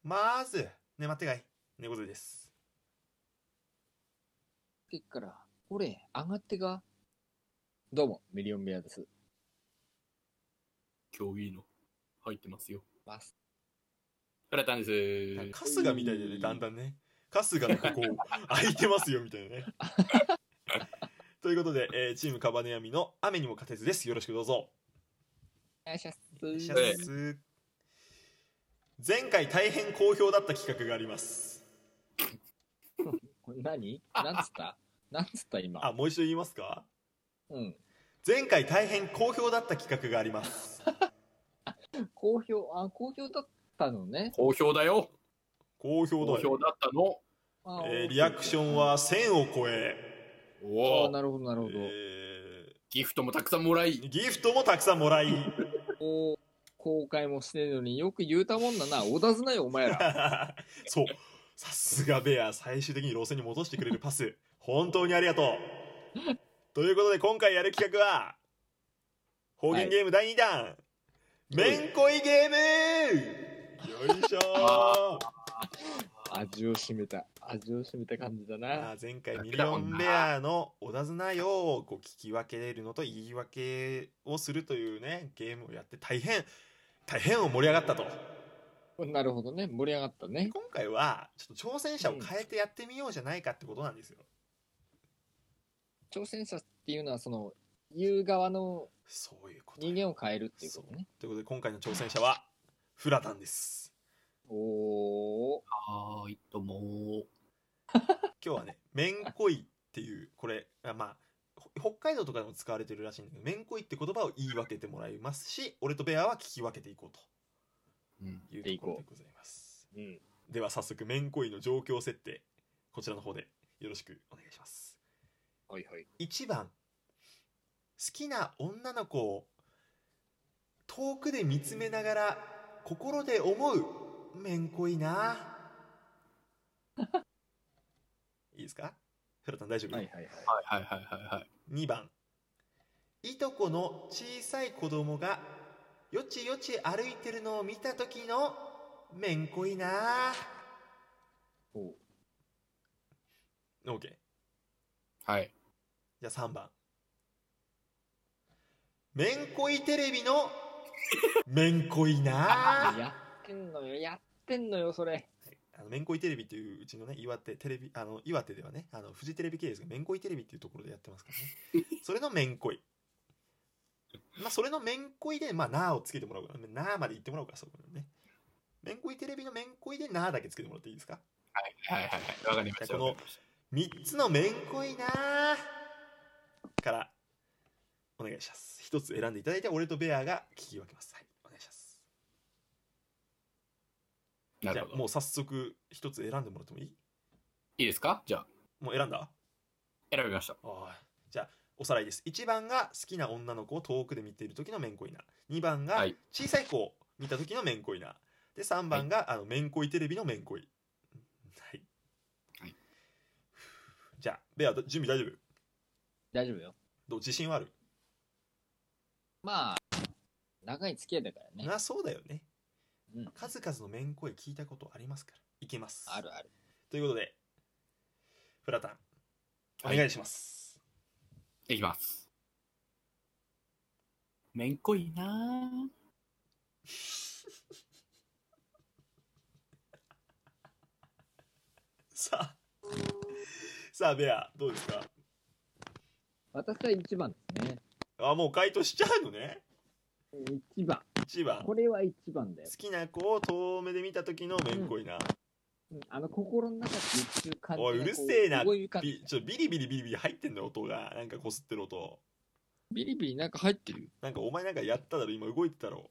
まず、ね、待ってかい。猫背です。 結から、ほれ、上がってか。どうも、ミリオンベアです。 今日いいの入ってますよ。 ます。 フラタンです。 なんか春日みたいでね、だんだんね。春日のここ空いてますよみたいなね。ということで、チームカバネヤミの雨にも勝てずです。よろしくどうぞ。 お願いします。 お願いします前回大変好評だった企画があります。 これ何なんつったなんつった今。 あ、もう一度言いますか。 うん。 前回大変好評だった企画があります。 好評だったのね。 好評だよ。 好評だよ。 好評だったの。 リアクションは1000を超え、 おお、 なるほど、なるほど。 ギフトもたくさんもらい、 ギフトもたくさんもらい、 公開もしてるのによく言うたもんだな。おだずなよ、お前ら。 そう。さすがベア、最終的に路線に戻してくれるパス。本当にありがとう。ということで、今回やる企画は、方言ゲーム第2弾、めんこいゲームよいしょー。 味を占めた感じだな。 前回ミリオンベアのおだずなよをこう聞き分けれるのと言い訳をするというね、ゲームをやって大変盛り上がったと。 なるほどね。盛り上がったね。 今回はちょっと挑戦者を変えてやってみようじゃないかってことなんですよ。 挑戦者っていうのはその言う側のそういうこと。 人間を変えるっていうことね。 ということで今回の挑戦者はフラタンです。 おー。 はーい、どうも。 今日はね、めんこいっていう、これ、まあ、北海道とかでも使われてるらしいんだけど、めんこいって言葉を言い分けてもらいますし、俺とベアは聞き分けていこうというところでございます。では早速、めんこいの状況設定、こちらの方でよろしくお願いします。 はいはい。 1番、好きな女の子を遠くで見つめながら心で思うめんこいな。いいですか？フラタン大丈夫？ はいはいはい。 はいはいはいはいはい。 2番、いとこの小さい子供がよちよち歩いてるのを見た時のめんこいな。 お OK。 はい。 じゃあ3番、めんこいテレビのめんこいな。 やってんのよそれ。 めんこいテレビっていううちのね、岩手テレビ、岩手ではね、フジテレビ系ですが、めんこいテレビっていうところでやってますからね。それのめんこい。まあ、それのめんこいで、まあ、なーをつけてもらおうかな。なーまで言ってもらおうか、そこでね。めんこいテレビのめんこいで、なーだけつけてもらっていいですか？ はいはいはいはい。わかりました。 この3つのめんこいなーからお願いします。1つ選んでいただいて、俺とベアが聞き分けます。はい、お願いします。 なるほど。 じゃあもう早速1つ選んでもらってもいい？ いいですか？じゃあ。 もう選んだ？ 選びました。 じゃあおさらいです。1番が好きな女の子を遠くで見ている時のめんこいな。2番が小さい子を見た時のめんこいな。で3番が、めんこいテレビのめんこい。はい。 はい、 じゃあベア準備大丈夫？ 大丈夫よ。 どう？自信はある？ まあ長い付き合いだからね。 そうだよね。 うん、 数々のめんこい聞いたことありますから。いけます。 あるある。 ということでフラタンお願いします。 いきます。めんこいなさあベアどうですか？ 私は1番ですね。 もう回答しちゃうのね。 1番。これは1番だよ。 好きな子を遠目で見た時のめんこいな。 心の中で言ってる感じが。 おい、うるせえな。 ちょっとビリビリ入ってんだよ、音が。なんかこすってる音。 ビリビリなんか入ってる？ なんかお前なんかやっただろ、今動いてたろ。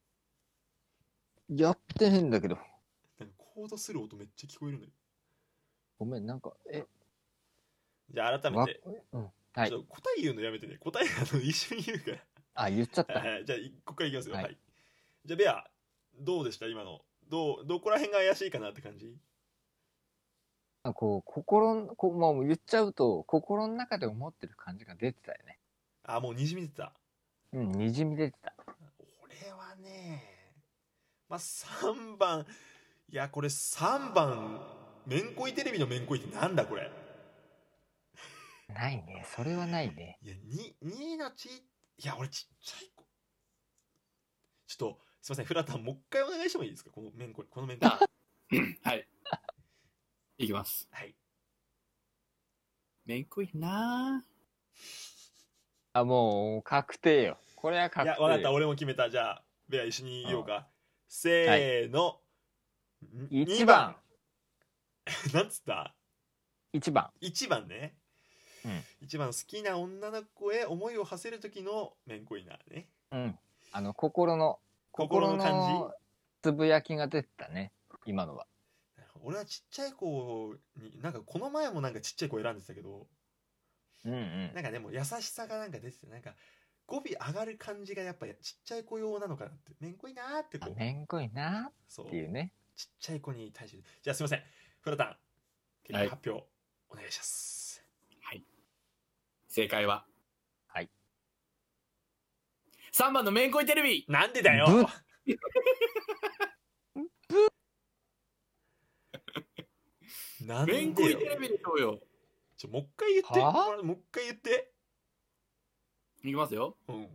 やってへんだけど。 なんかコードする音めっちゃ聞こえるのよ。 ごめん、なんか、 じゃあ改めて。 はい。 答え言うのやめてね。答え一緒に言うから。 言っちゃった。 じゃあ、ここからいきますよ。はい。じゃあ、ベア、どうでした今の。どこら辺が怪しいかなって感じ？ もう言っちゃうと、心の中で思ってる感じが出てたよね。 もうにじみ出てた。 にじみ出てた。 俺はね、まあ、3番、 いやこれ3番めんこいテレビのめんこいってなんだこれ。 ないね。それはないね。 いや2のち、いや俺ちっちゃい子、ちょっとすいませんフラタンもう一回お願いしてもいいですか、このめんこい、このめんこい。 はい。いきます。 はい。 めんこいなあ、もう確定よ。これは確定よ。 いや分かった、俺も決めた。じゃあベア一緒に言おうか。せーの、 1番。 なんつった？ 1番。 1 番ね。1番好きな女の子へ思いを馳せる時のめんこいなね。 心の感つぶやきが出てたね、今のは。 俺はちっちゃい子になんかこの前もなんかちっちゃい子選んでたけど、なんかでも優しさがなんか出てて、なんか語尾上がる感じがやっぱちっちゃい子用なのかなって、めんこいなーってこう、 めんこいなーっていうね。 ちっちゃい子に対して。じゃあすいませんフラタン結果発表お願いします。 はい。正解ははい 3番のめんこいテレビ。 なんでだよ。なんでよ。 めんこいテレビでしょうよ。 もう一回言って。もう一回言って。 いきますよ。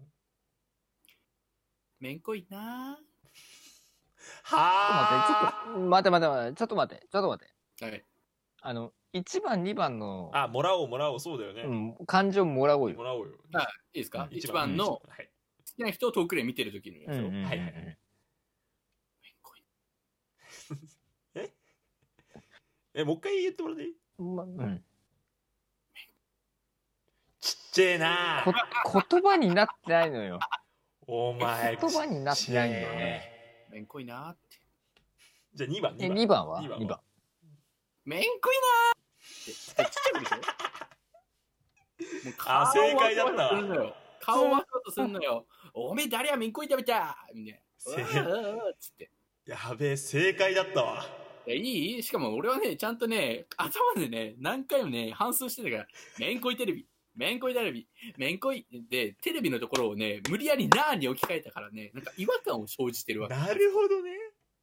めんこいなー。はあ。待って。ちょっと待って。 はい。 1番2番のもらおうそうだよね。 感情もらおうよ。 いいですか。1番の好きな人を遠くで見てるときに。はいはいはい。 もう一回言ってもらっていい？ちっちゃいな。 言葉になってないのよ。 お前言葉になってないんだよね。 めんこいなーって。 じゃあ2番。 2番は2番。 めんこいなーってちっちゃいでしょ。 正解だった。 顔はそうとすんのよ。おめえ誰やめんこい食べたみたいな。つって。 やべえ、正解だったわ。 いい？しかも俺はね、ちゃんとね、頭でね、何回もね、反芻してたから、めんこいテレビ、めんこいテレビ、めんこいで、テレビのところをね、無理やりなーに置き換えたからね、なんか違和感を生じてるわけ。 なるほどね。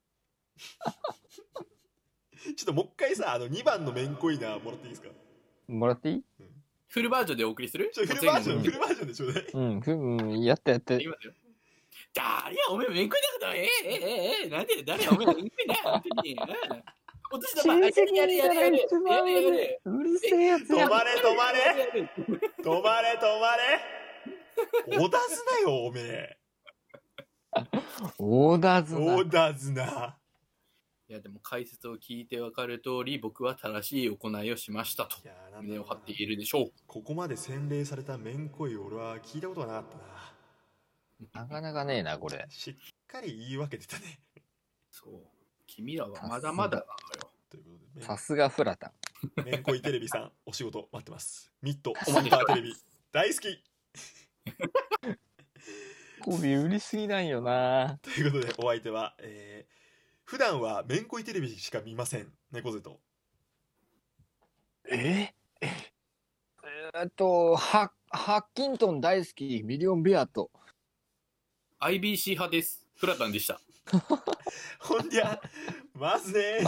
ちょっともう一回さ、2番のめんこいなもらっていいですか？ もらっていい？ フルバージョンでお送りする？ フルバージョンでちょうだい。 やって。 いきますよ。誰やおめえめんこいだけど、なんで誰やおめえめんこいな本当に。お年玉やれ。 うるせえやつや。 止まれ。おだずなよおめえ。 おだずな。 いやでも解説を聞いて分かる通り、僕は正しい行いをしましたと胸を張って言えるでしょう。 ここまで洗礼されためんこい俺は聞いたことがなかったな。なかなかねえなこれ。 しっかり言い分けてたね。 そう。君らはまだまだなのよ。 ということでさすがフラタン。めんこいテレビさんお仕事待ってます。ミッドおモニターテレビ大好き。 コビ売りすぎないよな。 ということでお相手は、普段はめんこいテレビしか見ません猫背と。 ハッキントン大好きミリオンベアと IBC 派です。フラタンでした。 ほんじゃまずね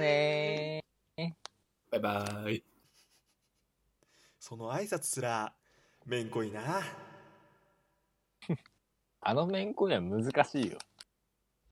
バイバーイ。 その挨拶すらめんこいな。 めんこいは難しいよ。